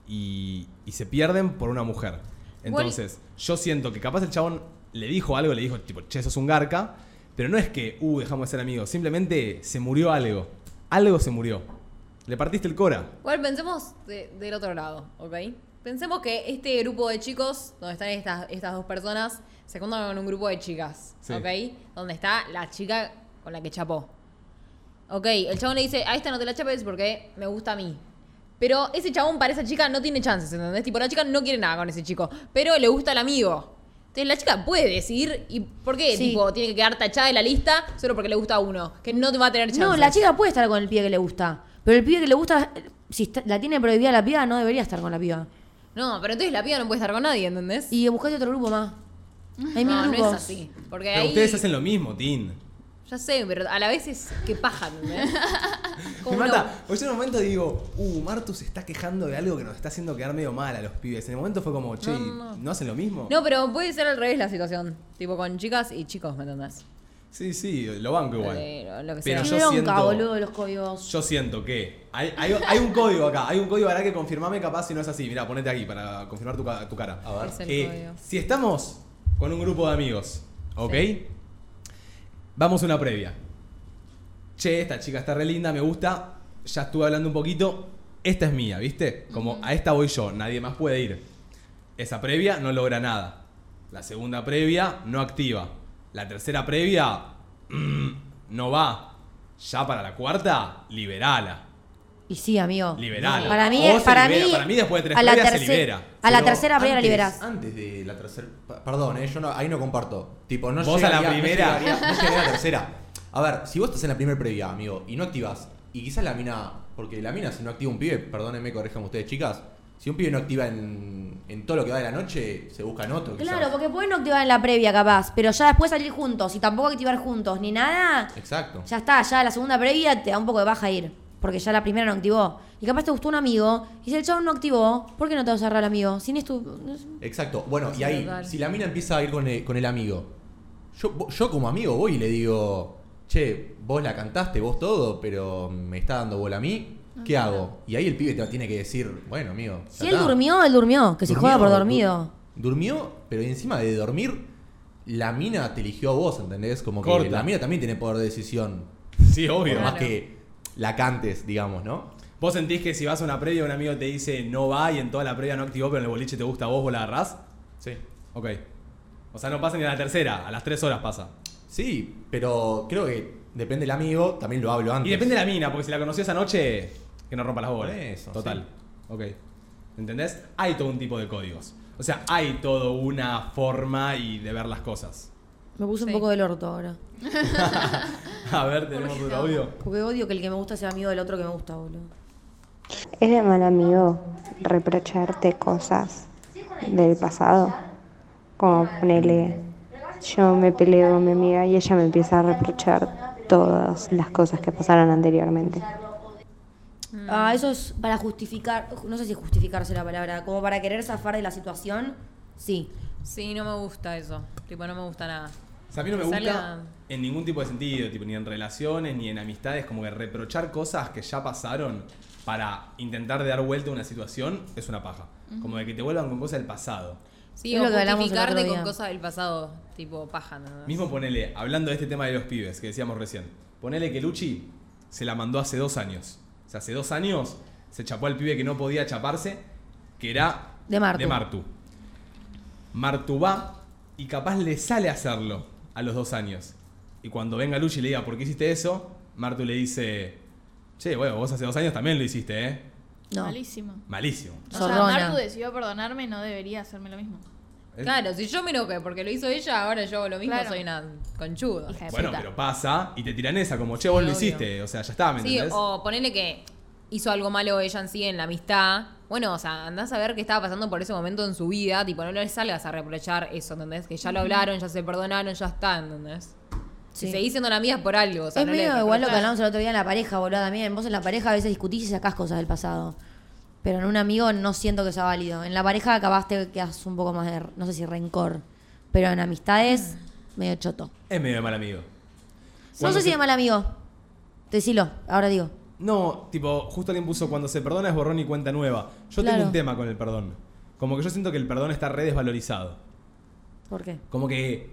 y se pierden por una mujer. Entonces, yo siento que capaz el chabón le dijo algo, le dijo tipo, che, sos un garca, pero no es que, dejamos de ser amigos, simplemente se murió algo. Algo se murió. Le partiste el cora. Igual pensemos del otro lado, ¿ok? Pensemos que este grupo de chicos, donde están estas dos personas, se juntan con un grupo de chicas, Sí. ¿ok? Donde está la chica con la que chapó. Ok, el chabón le dice, a esta no te la chapes porque me gusta a mí. Pero ese chabón para esa chica no tiene chances, ¿entendés? Tipo, la chica no quiere nada con ese chico, pero le gusta el amigo. Entonces la chica puede decidir, ¿y por qué? Sí. Tipo, tiene que quedar tachada de la lista solo porque le gusta a uno, que no te va a tener chances. No, la chica puede estar con el pibe que le gusta. Pero el pibe que le gusta, si la tiene prohibida la piba, no debería estar con la piba. No, pero entonces la piba no puede estar con nadie, ¿entendés? Y buscate otro grupo más. Hay mil no, no grupos. es así. Porque Pero ahí... ustedes hacen lo mismo, Tin. Ya sé, pero a la vez es que paja, ¿entendés? Me Como mata. Porque yo en un momento digo, Martu se está quejando de algo que nos está haciendo quedar medio mal a los pibes. En el momento fue como, che, ¿no hacen lo mismo? No, pero puede ser al revés la situación. Tipo con chicas y chicos, ¿me entendés? Sí, lo banco igual. Lo que Pero sea. yo Qué bronca, siento- boludo, los códigos. Yo siento que hay un código acá. Hay un código, hará que confirmame capaz si no es así. Mirá, ponete aquí para confirmar tu cara. A ver. Es el código. Si estamos con un grupo de amigos, ¿ok? Vamos a una previa. Che, esta chica está re linda, me gusta. Ya estuve hablando un poquito. Esta es mía, ¿viste? Como a esta voy yo, nadie más puede ir. Esa previa no logra nada. La segunda previa no activa. La tercera previa no va. Ya para la cuarta, liberala. Y sí, amigo. Liberala. Para mí, O se libera. Para mí después de tres a la previas se terce- libera. A la Pero tercera previa la liberás. Antes de la tercera... Perdón, yo no, ahí no comparto. Tipo, no Vos a la llegaría- primera. No llegaría a la tercera. A ver, si vos estás en la primera previa, amigo, y no activás, y quizás la mina... Porque la mina, si no activa un pibe, perdónenme, corríjanme ustedes, chicas, si un pibe no activa en todo lo que va de la noche, se buscan otro, quizás. Claro, porque pueden no activar en la previa, capaz. Pero ya después salir juntos y tampoco activar juntos ni nada. Exacto. Ya está, ya la segunda previa te da un poco de baja ir. Porque ya la primera no activó. Y capaz te gustó un amigo. Y si el chabón no activó, ¿por qué no te vas a cerrar al amigo? Sin esto. Exacto. Bueno, Sí, y ahí, total. si la mina empieza a ir con el amigo, yo como amigo voy y le digo, che, vos la cantaste, vos todo, pero me está dando bola a mí, ¿qué hago? Y ahí el pibe te tiene que decir, bueno, amigo. ya Si él está. durmió, él durmió. Que se Durmió, juega por dormido. Durmió, pero encima de dormir, la mina te eligió a vos, ¿entendés? Como que Corta. la mina también tiene poder de decisión. Sí, obvio. Por más Claro. que la cantes, digamos, ¿no? ¿Vos sentís que si vas a una previa un amigo te dice no va y en toda la previa no activó, pero en el boliche te gusta a vos la agarrás? Sí. Ok. O sea, no pasa ni a la tercera, a las 3 horas pasa. Sí, pero creo que depende del amigo, también lo hablo antes. Y depende de la mina, porque si la conoció esa noche, que no rompa las bolas. Por eso, Total. sí. Ok. ¿Entendés? Hay todo un tipo de códigos. O sea, hay todo una forma y de ver las cosas. Me puse un poco del orto ahora. A ver, tenemos otro audio. Porque odio que el que me gusta sea amigo del otro que me gusta, boludo. ¿Es de mal amigo reprocharte cosas del pasado? Como ponerle, yo me peleo con mi amiga y ella me empieza a reprochar todas las cosas que pasaron anteriormente. Eso es para justificar, no sé si justificarse la palabra, como para querer zafar de la situación, sí. Sí, no me gusta eso. Tipo, no me gusta nada. O sea, a mí no me gusta en ningún tipo de sentido, tipo, ni en relaciones, ni en amistades, como que reprochar cosas que ya pasaron para intentar de dar vuelta a una situación es una paja. Como de que te vuelvan con cosas del pasado. Sí, es o lo que hablamos el otro justificarte día. con cosas del pasado, tipo paja, ¿no? Mismo ponele, hablando de este tema de los pibes que decíamos recién, ponele que Luchi se la mandó hace 2 años. O sea, hace 2 años se chapó al pibe que no podía chaparse, que era De Martu. de Martu. Martu va y capaz le sale a hacerlo a los 2 años. Y cuando venga Luchi y le diga, ¿por qué hiciste eso? Martu le dice, che, bueno, vos hace 2 años también lo hiciste, ¿eh? No. Malísimo. Malísimo. O sea, Zorrona. Martu decidió perdonarme, no debería hacerme lo mismo. Claro, si yo me enojé porque lo hizo ella, ahora yo hago lo mismo, Claro. soy una conchuda. Hija de Bueno, puta. pero pasa y te tiran esa, como, che, vos Sí, lo obvio. hiciste. O sea, ya está, ¿me Sí, entendés? o ponele que hizo algo malo ella en sí en la amistad. Bueno, o sea, andás a ver qué estaba pasando por ese momento en su vida. Tipo, no le salgas a reprochar eso, ¿entendés? Que ya lo hablaron, ya se perdonaron, ya está, ¿entendés? Sí. Si seguís siendo una amiga es por algo. O sea, Es no le medio igual lo que reprochás. hablamos el otro día en la pareja, boludo, también. Vos en la pareja a veces discutís y sacás cosas del pasado. Pero en un amigo no siento que sea válido. En la pareja capaz te quedas un poco más de, no sé si rencor. Pero en amistades, medio choto. Es medio de mal amigo. No Cuando sé si se- de mal amigo. Decilo, ahora digo. No, tipo, justo alguien puso cuando se perdona es borrón y cuenta nueva. Yo Claro. tengo un tema con el perdón. Como que yo siento que el perdón está re desvalorizado. ¿Por qué? Como que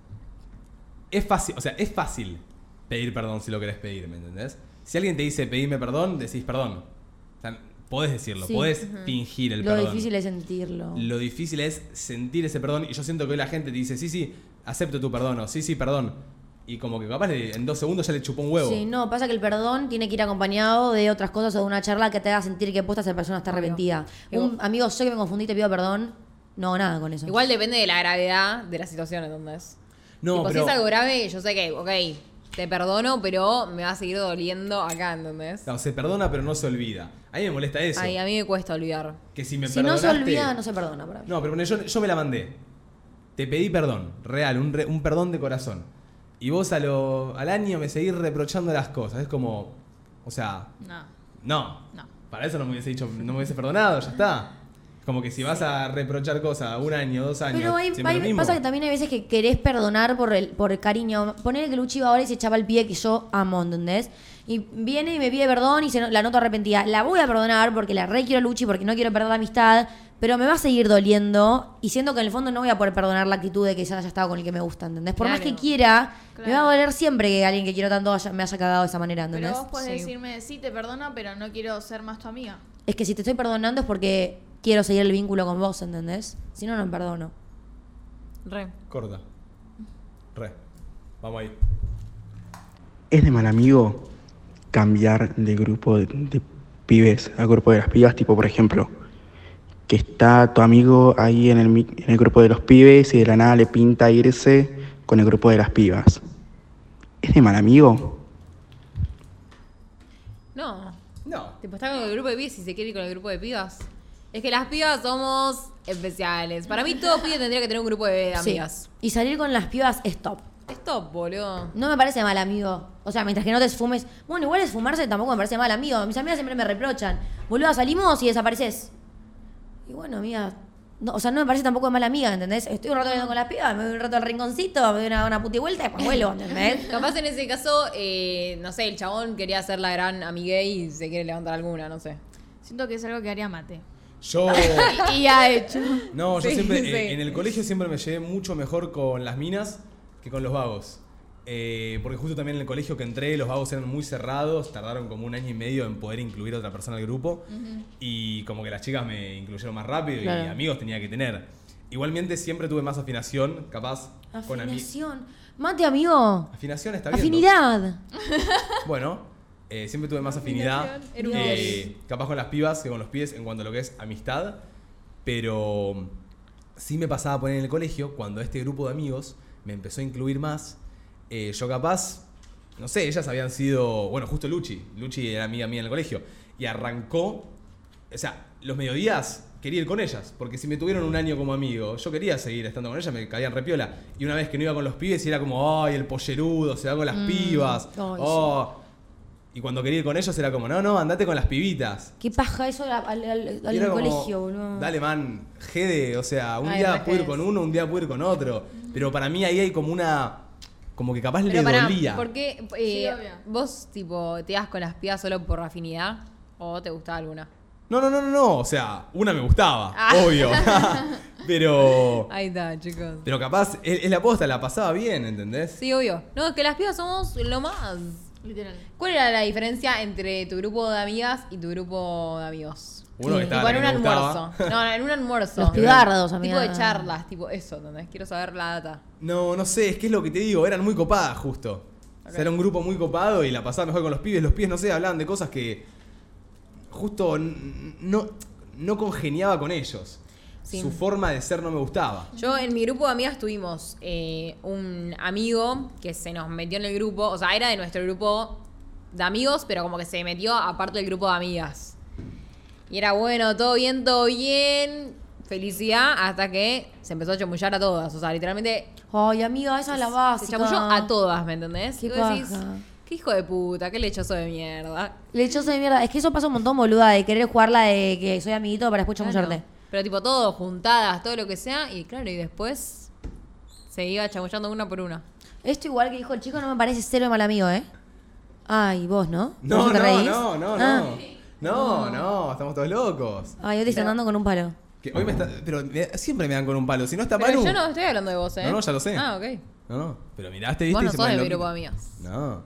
es fácil, o sea, es fácil pedir perdón si lo querés pedir, ¿me entendés? Si alguien te dice pedime perdón, decís perdón. O sea, podés decirlo, Sí. podés fingir el Lo perdón. difícil es sentirlo. Lo difícil es sentir ese perdón. Y yo siento que hoy la gente te dice, sí, sí, acepto tu perdón, o sí, sí, perdón. Y como que capaz en 2 segundos ya le chupó un huevo. Sí, no, pasa que el perdón tiene que ir acompañado de otras cosas o de una charla que te haga sentir que posta esa persona está arrepentida. Un amigo, sé que me confundí, te pido perdón. No hago nada con eso. Igual depende de la gravedad de la situación, ¿entendés? No, Tipo, pero si es algo grave, yo sé que, ok, te perdono, pero me va a seguir doliendo acá, ¿entendés? no, se perdona pero no se olvida. A mí me molesta eso. Ay, a mí me cuesta olvidar. Que si me Si no se perdonaste- olvida, no se perdona para mí. No, pero yo me la mandé. Te pedí perdón, real, un perdón de corazón. Y vos al año me seguís reprochando las cosas. Es como, o sea, no. Para eso no me hubiese dicho, no me hubiese perdonado, ya está. Como que si vas a reprochar cosas 1 año, 2 años, Pero siempre lo mismo. pasa que también hay veces que querés perdonar por el cariño. Ponele que Luchi va ahora y se chapa el pie que yo amo, ¿entendés? Y viene y me pide perdón y la noto arrepentida. La voy a perdonar porque la re quiero a Luchi, porque no quiero perder la amistad, pero me va a seguir doliendo y siento que en el fondo no voy a poder perdonar la actitud de que ya haya estado con el que me gusta, ¿entendés? Por más Claro. que quiera, Claro. me va a doler siempre que alguien que quiero tanto me haya cagado de esa manera, ¿entendés? Pero vos podés Sí. decirme, sí, te perdono, pero no quiero ser más tu amiga. Es que si te estoy perdonando es porque quiero seguir el vínculo con vos, ¿entendés? Si no, no me perdono. Re. Corta. Re. Vamos ahí. ¿Es de mal amigo cambiar de grupo de pibes a grupo de las pibas? Tipo, por ejemplo, que está tu amigo ahí en el grupo de los pibes y de la nada le pinta irse con el grupo de las pibas. ¿Es de mal amigo? No. No. Tipo, está con el grupo de pibas y se quiere ir con el grupo de pibas. Es que las pibas somos especiales. Para mí, todo pibe tendría que tener un grupo de Sí. amigas. Y salir con las pibas es top. Es top, boludo. No me parece mal amigo. O sea, mientras que no te esfumes. Bueno, igual esfumarse tampoco me parece mal amigo. Mis amigas siempre me reprochan. Boludo, salimos y desapareces. Y bueno, amiga. No, o sea, no me parece tampoco mal amiga, ¿entendés? Estoy un rato viendo con las pibas, me voy un rato al rinconcito, me doy una puti vuelta y después vuelvo, ¿entendés? Capaz en ese caso, no sé, el chabón quería ser la gran amiga y se quiere levantar alguna, no sé. Siento que es algo que haría Mate. Yo. Y ha hecho. No, yo Sí, siempre. sí. En el colegio siempre me llevé mucho mejor con las minas que con los vagos. Porque justo también en el colegio que entré, los vagos eran muy cerrados, tardaron como 1 año y medio en poder incluir a otra persona al grupo. Y como que las chicas me incluyeron más rápido y Claro. amigos tenía que tener. Igualmente siempre tuve más afinación, capaz, con amigos. Afinación. Mate, amigo. Afinación está bien. ¿no? Afinidad. Bueno, siempre tuve más afinidad. Era un Capaz con las pibas que con los pies en cuanto a lo que es amistad. Pero sí me pasaba a poner en el colegio, cuando este grupo de amigos me empezó a incluir más, yo capaz, no sé, ellas habían sido, bueno, justo Luchi era amiga mía en el colegio, y arrancó, o sea, los mediodías quería ir con ellas, porque si me tuvieron un año como amigo, yo quería seguir estando con ellas, me caían repiola, y una vez que no iba con los pibes, era como, ay, el pollerudo, se va con las pibas, y cuando quería ir con ellos era como, no, andate con las pibitas. Qué paja eso al colegio, boludo. Dale, man, jede, o sea, un día puedo ir con uno, un día puedo ir con otro. Pero para mí ahí hay como una... Como que capaz le dolía. ¿Por qué vos, tipo, te das con las pibas solo por afinidad? ¿O te gustaba alguna? No, o sea, una me gustaba, obvio. Pero... Ahí está, chicos. Pero capaz, es la posta, la pasaba bien, ¿entendés? Sí, obvio. No, es que las pibas somos lo más... Literal. ¿Cuál era la diferencia entre tu grupo de amigas y tu grupo de amigos? Uno que estaba tipo en un almuerzo. No, en un almuerzo. Los pibardos, amiga. Tipo de charlas, tipo eso, ¿entendés? Quiero saber la data. No sé, es que es lo que te digo, eran muy copadas justo. O sea, era un grupo muy copado y la pasaba mejor con los pibes. Los pibes, no sé, hablaban de cosas que justo no congeniaba con ellos. Sí. Su forma de ser no me gustaba. Yo en mi grupo de amigas tuvimos un amigo que se nos metió en el grupo. O sea, era de nuestro grupo de amigos, pero como que se metió aparte del grupo de amigas. Y era bueno, todo bien, felicidad, hasta que se empezó a chamullar a todas. O sea, literalmente... Ay, amiga, esa es la básica. Se chamulló a todas, ¿me entendés? Qué paja. Decís, qué hijo de puta, qué lechoso de mierda. Lechoso de mierda. Es que eso pasa un montón, boluda, de querer jugarla de que soy amiguito para después chamullarte. Claro. Pero tipo todo, juntadas, todo lo que sea. Y claro, y después se iba chamullando una por una. Esto igual que dijo el chico no me parece cero de mal amigo, ¿eh? Ay, vos, ¿no? No, ¿Vos te reís? No, estamos todos locos. Ay, hoy te están dando con un palo. Que hoy siempre me dan con un palo. Si no está Pero Manu. yo no estoy hablando de vos, ¿eh? No, ya lo sé. Ah, ok. No, pero miraste, viste. Vos no y se sos ponen de mi loquitos. grupo de amigas. No.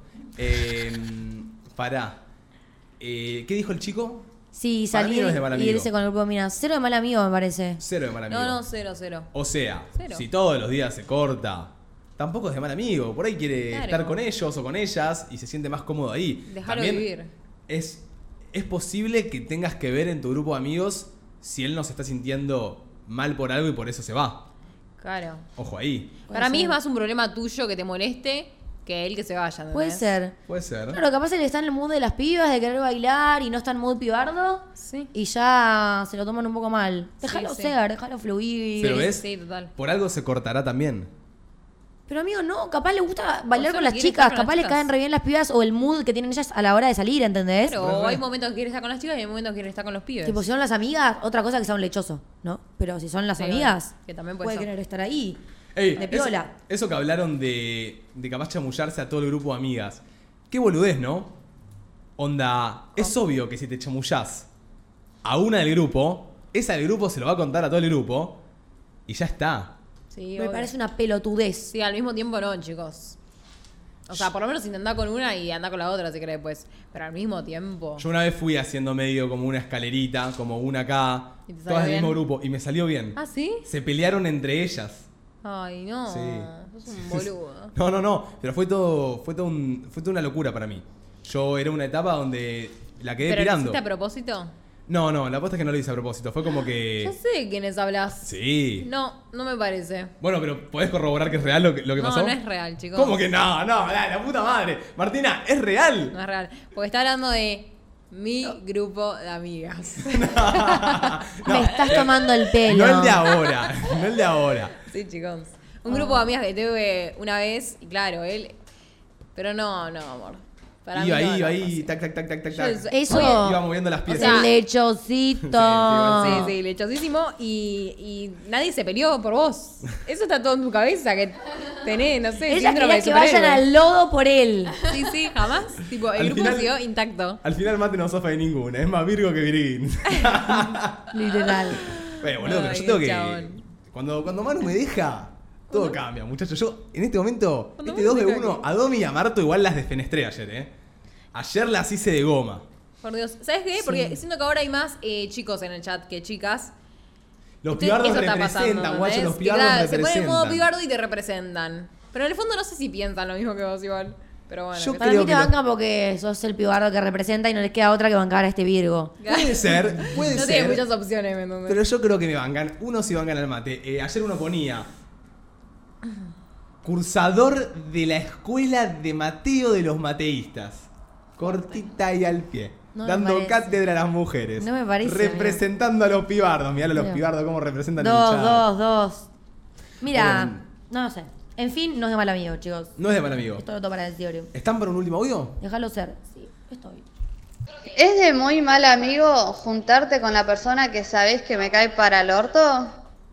Pará. ¿Qué dijo el chico? Sí, Para mí salir no es de mal y amigo. irse con el grupo de minas. Cero de mal amigo, me parece. Cero de mal amigo. No, cero. O sea, Cero. si todos los días se corta, tampoco es de mal amigo. Por ahí quiere estar con ellos o con ellas y se siente más cómodo ahí. Déjalo También vivir. Es posible que tengas que ver en tu grupo de amigos si él no se está sintiendo mal por algo y por eso se va. Claro. Ojo ahí. Para mí es más un problema tuyo que te moleste que él que se vaya, ¿entendés? Puede ser. Puede ser. Claro, capaz él está en el mood de las pibas, de querer bailar y no está en mood pibardo. Sí. Y ya se lo toman un poco mal. Déjalo Sí. ser, déjalo fluir. Pero ves, Sí, total. por algo se cortará también. Pero amigo, no, capaz le gusta bailar solo con las quiere chicas, estar con capaz las le caen chicas. re bien las pibas o el mood que tienen ellas a la hora de salir, ¿entendés? Pero hay momentos que quiere estar con las chicas y hay momentos que quiere estar con los pibes. Tipo, si son las amigas, otra cosa que sea un lechoso, ¿no? Pero si son las Sí, amigas, que también puede puede ser. querer estar ahí. Ey, de piola. Eso que hablaron de capaz chamullarse a todo el grupo de amigas. Qué boludez, ¿no? Onda, es obvio que si te chamullás a una del grupo, esa del grupo se lo va a contar a todo el grupo y ya está. Sí, Me obvio. parece una pelotudez. Sí, al mismo tiempo no, chicos. O sea, por lo menos intentá con una y andá con la otra si querés después. Pero al mismo tiempo. Yo una vez fui haciendo medio como una escalerita, como una acá, ¿Y te salió todas del bien? mismo grupo, y me salió bien. ¿Ah, sí? Se pelearon entre ellas. Ay, no. Sí. Sos un boludo. No, pero fue toda una locura para mí. Yo era una etapa donde la quedé ¿Pero lo pirando. hiciste a propósito? No, la aposta es que no lo hice a propósito. Fue como que... Ya sé de quiénes hablas. Sí. No me parece. Bueno, pero ¿podés corroborar que es real lo que pasó? No es real, chicos. ¿Cómo que no? No, la puta madre. Martina, es real. No es real. Porque está hablando de mi grupo de amigas. Me estás tomando el pelo. No el de ahora. Sí, chicos. Un grupo de amigas que tuve una vez, y claro, él... Pero no, amor. Para Iba mí no, ahí, no, tac, tac, tac, tac, tac. Eso- Iba moviendo las piezas. sea, El lechocito. Sí, lechosísimo. Y nadie se peleó por vos. Eso está todo en tu cabeza, que tenés, no sé, Ella síndrome quería de que vayan superhéroe. al lodo por él. Sí, jamás. Tipo, el Al grupo final- siguió intacto. Al final Mate no sofa de ninguna. Es más Virgo que Virgin. Literal. Bueno, boludo, pero Ay, yo tengo qué que... chabón. Cuando Manu me deja, todo cambia, muchachos. Yo, en este momento, Cuando este Manu 2 de me 1, a Domi y a Marto igual las defenestré ayer, Ayer las hice de goma. Por Dios. ¿Sabes qué? Porque siento que ahora hay más chicos en el chat que chicas. Los Entonces, pibardos eso está representan, pasando, guacho, ¿entendés? los Que, pibardos claro, representan. se ponen en modo pibardo y te representan. Pero en el fondo no sé si piensan lo mismo que vos igual. Pero bueno. Yo Para creo mí te que bancan porque sos el pibardo que representa y no les queda otra que bancar a este Virgo. puede ser. No tiene muchas opciones, ¿me entiendes? Pero yo creo que me bancan. Uno sí bancan al mate. Ayer uno ponía cursador de la escuela de Mateo de los mateístas. Cortita y al pie. No me dando parece. cátedra a las mujeres. No me parece, representando a los pibardos. Mirá a los Mira. pibardos cómo representan el chat. Dos. Mira, Bueno. no sé. En fin, no es de mal amigo, chicos. No es de mal amigo. Esto lo tomo para el teorio. ¿Están para un último audio? Déjalo ser. Sí, estoy. ¿Es de muy mal amigo juntarte con la persona que sabés que me cae para el orto?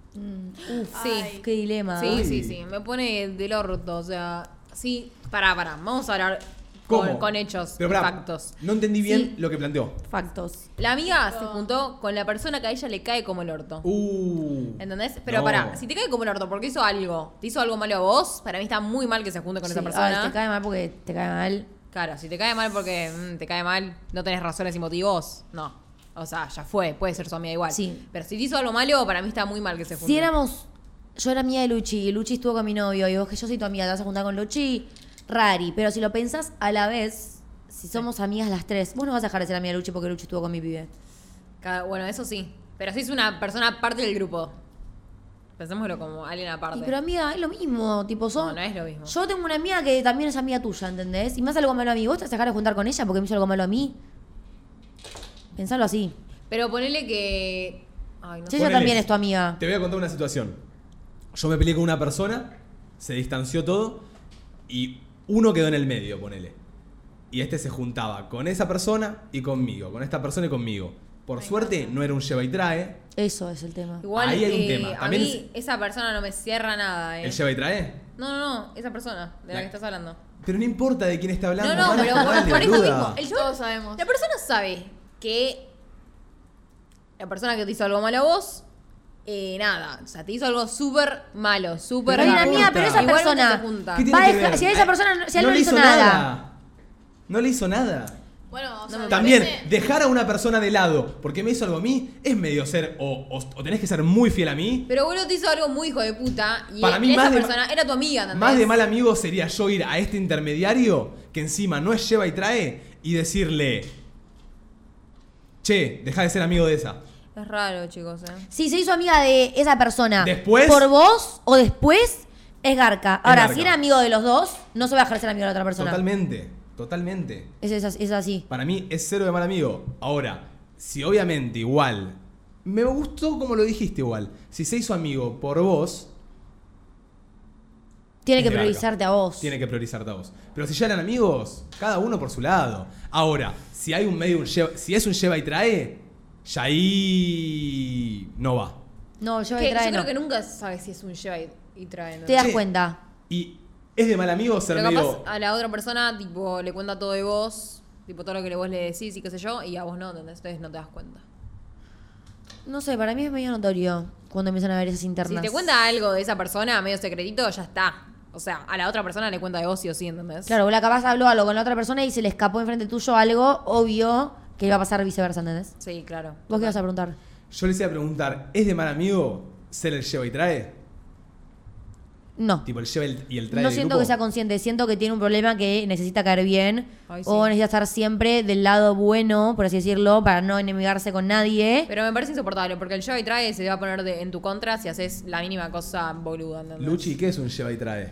Sí. Qué dilema. Sí, Uy. sí. Me pone del orto. O sea, sí. Pará. Vamos a hablar ¿Cómo? con hechos Pero y pará, factos. no entendí bien Sí. lo que planteó. Factos. La amiga se juntó con la persona que a ella le cae como el orto. ¿Entendés? Pero No. pará, si te cae como el orto porque hizo algo, te hizo algo malo a vos, para mí está muy mal que se junte con esa Sí, persona. te cae mal porque te cae mal. Claro, si te cae mal porque te cae mal, no tenés razones y motivos, no. O sea, ya fue, puede ser su amiga igual. Sí. Pero si te hizo algo malo, para mí está muy mal que se junte. Si éramos. Yo era amiga de Luchi y Luchi estuvo con mi novio y vos que yo soy tu amiga, te vas a juntar con Luchi, rari. Pero si lo pensás a la vez, si somos amigas las tres, vos no vas a dejar de ser amiga de Luchi porque Luchi estuvo con mi pibe. Bueno, eso sí. Pero si es una persona parte del grupo. Pensémoslo como alguien aparte. Pero amiga, es lo mismo. Tipo, son. No es lo mismo. Yo tengo una amiga que también es amiga tuya, ¿entendés? Y me hace algo malo a mí. ¿Vos te vas a dejar de juntar con ella porque me hizo algo malo a mí? Pensalo así. Pero ponele que. Ay, no Si sé. ella también es tu amiga. Te voy a contar una situación. Yo me peleé con una persona, se distanció todo y uno quedó en el medio, ponele. Y este se juntaba con esa persona y conmigo, con esta persona y conmigo. Por suerte no era un lleva y trae. Eso es el tema. Igual, Ahí hay un tema. a También mí esa persona no me cierra nada, ¿El lleva y trae? No, esa persona de la que estás hablando. Pero no importa de quién está hablando. No, pero dale, por esto boluda. mismo. El chabón- Todos sabemos. La persona sabe que la persona que te hizo algo malo a vos, nada, o sea, te hizo algo súper malo, súper Pero hay una raro. amiga, pero esa Igualmente persona se junta. ¿Qué tiene va a que dejar- ver? si a esa persona, si a él no le hizo nada. No le hizo nada. Bueno, o sea, También, depende- dejar a una persona de lado porque me hizo algo a mí es medio ser. O tenés que ser muy fiel a mí. Pero boludo te hizo algo muy hijo de puta y Para mí, esa más de- persona era tu amiga, ¿entendés? Más de mal amigo sería yo ir a este intermediario que encima no es lleva y trae y decirle: che, deja de ser amigo de esa. Es raro, chicos, Si se hizo amiga de esa persona Después- por vos o después, es garca. Ahora, garca. si era amigo de los dos, no se va a dejar de ser amigo de la otra persona. Totalmente. Es así. Para mí es cero de mal amigo. Ahora, si obviamente igual. Me gustó como lo dijiste igual. Si se hizo amigo por vos. Tiene es que de garca. priorizarte a vos. Tiene que priorizarte a vos. Pero si ya eran amigos, cada uno por su lado. Ahora, si hay un medio, si es un lleva y trae, ya ahí no va. No, yo Que trae yo no. creo que nunca sabes si es un lleva y trae. ¿no? Te das Che, cuenta. Y es de mal amigo ser Pero medio. capaz a la otra persona, tipo, le cuenta todo de vos, tipo, todo lo que vos le decís y qué sé yo, y a vos no, ¿entendés? Entonces no te das cuenta. No sé, para mí es medio notorio cuando empiezan a ver esas internas. Si te cuenta algo de esa persona, medio secretito, ya está. O sea, a la otra persona le cuenta de vos sí o sí, ¿entendés? Claro, vos capaz habló algo con la otra persona y se le escapó enfrente tuyo algo, obvio que iba a pasar viceversa, ¿entendés? Sí, claro. ¿Vos qué vas a preguntar? Yo les iba a preguntar: ¿es de mal amigo ser el lleva y trae? No. Tipo el lleva y el trae. No del siento grupo. que sea consciente, siento que tiene un problema que necesita caer bien Ay, sí. o necesita estar siempre del lado bueno, por así decirlo, para no enemigarse con nadie. Pero me parece insoportable, porque el lleva y trae se va a poner en tu contra si haces la mínima cosa boluda, ¿entendés? Luchi, ¿qué es un lleva y trae?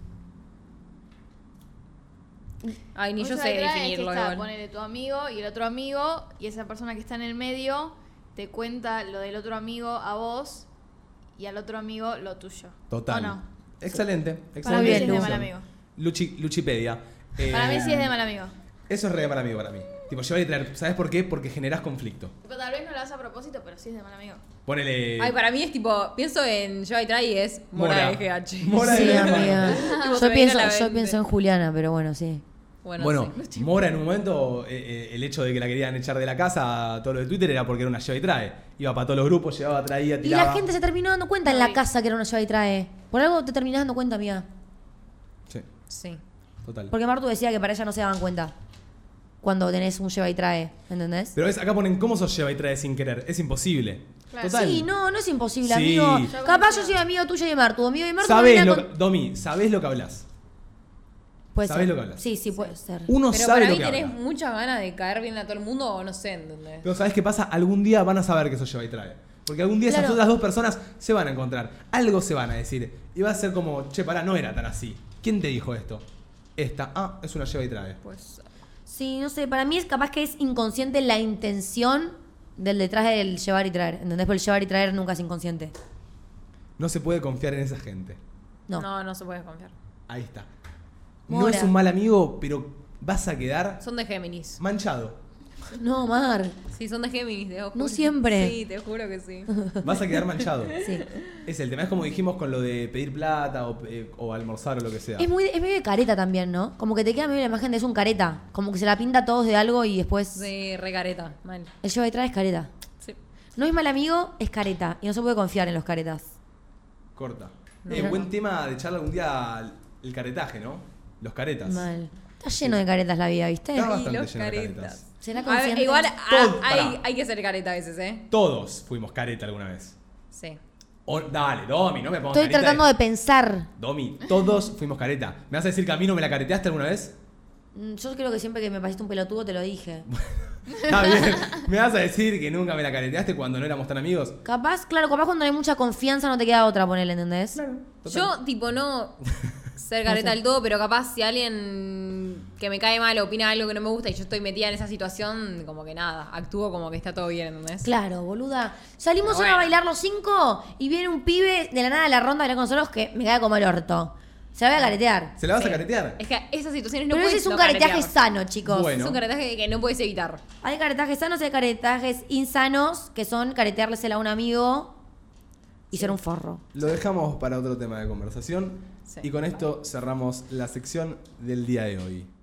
Ay, ni Un yo sé lleva y trae es que definirlo está, igual. ponele tu amigo y el otro amigo, y esa persona que está en el medio te cuenta lo del otro amigo a vos y al otro amigo lo tuyo. Total. ¿O no? Excelente. Para mí excelente sí es de definición. mal amigo. Luchipedia. Para mí sí es de mal amigo. Eso es re de mal amigo para mí. Tipo, llevar y traer. ¿Sabes por qué? Porque generás conflicto. Tipo, tal vez no lo haces a propósito, pero sí es de mal amigo. Ponele. Ay, para mí es tipo, pienso en lleva y trae y es Mora de GH. Mora Sí, de amiga. Tipo, se Yo me pienso, viene a la yo mente. pienso en Juliana, pero bueno, sí. Bueno, Mora en un momento, el hecho de que la querían echar de la casa a todo lo de Twitter era porque era una lleva y trae. Iba para todos los grupos, llevaba, traía, Y tiraba. la gente se terminó dando cuenta en la casa que era una lleva y trae. Por algo te terminás dando cuenta, amiga. Sí, Sí. total. Porque Martu decía que para ella no se daban cuenta cuando tenés un lleva y trae, ¿entendés? Pero acá ponen cómo sos lleva y trae sin querer. Es imposible. Total. Sí, no es imposible, Sí. amigo. Capaz yo soy amigo tuyo y de Martu, amigo de Martu. Sabés me lo viene a que, Domi, sabés lo que hablas. ¿Sabés lo que hablas? Sí, puede ser. Uno Pero sabe para lo mí que tenés habla. muchas ganas de caer bien a todo el mundo o no sé, ¿entendés? Pero ¿sabés qué pasa? Algún día van a saber que eso lleva y trae. Porque algún día esas Claro. otras dos personas se van a encontrar. Algo se van a decir. Y va a ser como, che, pará, no era tan así. ¿Quién te dijo esto? Esta. Es una lleva y trae. Pues Sí, no sé, para mí es capaz que es inconsciente la intención del detrás del llevar y traer. ¿Entendés? Porque el llevar y traer nunca es inconsciente. No se puede confiar en esa gente. No se puede confiar. Ahí está. No Mora. es un mal amigo, pero vas a quedar Son de Géminis. manchado. No, Mar. Sí, son de Géminis, te juro. No siempre. Sí, te juro que sí. Vas a quedar manchado. Sí. Es el tema. Es como dijimos con lo de pedir plata o almorzar o lo que sea. Es medio de careta también, ¿no? Como que te queda medio la imagen de es un careta. Como que se la pinta a todos de algo y después. Sí, recareta, mal. El lleva y trae es careta. Sí. No es mal amigo, es careta. Y no se puede confiar en los caretas. Corta. No. Buen tema de charla algún día, el caretaje, ¿no? Los caretas. Mal. Está lleno de caretas la vida, ¿viste? Está Y bastante los lleno de caretas. caretas. ¿Será A ver, consciente? igual Pará. hay que ser careta a veces, ¿eh? Todos fuimos careta alguna vez. Sí. Dale, Domi, no me pongas Estoy careta tratando de pensar. Domi, todos fuimos careta. ¿Me vas a decir que a mí no me la careteaste alguna vez? Yo creo que siempre que me pareciste un pelotudo te lo dije. Está bien. ¿Me vas a decir que nunca me la careteaste cuando no éramos tan amigos? Capaz cuando hay mucha confianza no te queda otra ponerle, ¿entendés? Claro. Yo, tipo, no ser careta del todo, pero capaz si alguien que me cae mal opina algo que no me gusta y yo estoy metida en esa situación, como que nada, actúo como que está todo bien, ¿entendés? Claro, boluda. Salimos Pero ahora a bueno. bailar los 5 y viene un pibe de la nada de la ronda a bailar con nosotros que me cae como el orto. Se la voy a caretear. ¿Se la vas Sí. a caretear? Es que esas situaciones no Pero puedes ese es un no careteaje caretear. sano, chicos. Bueno. Es un caretaje que no puedes evitar. Hay caretajes sanos y hay caretajes insanos que son caretearlesela a un amigo y ser un forro. Lo dejamos para otro tema de conversación. Sí. Y con esto cerramos la sección del día de hoy.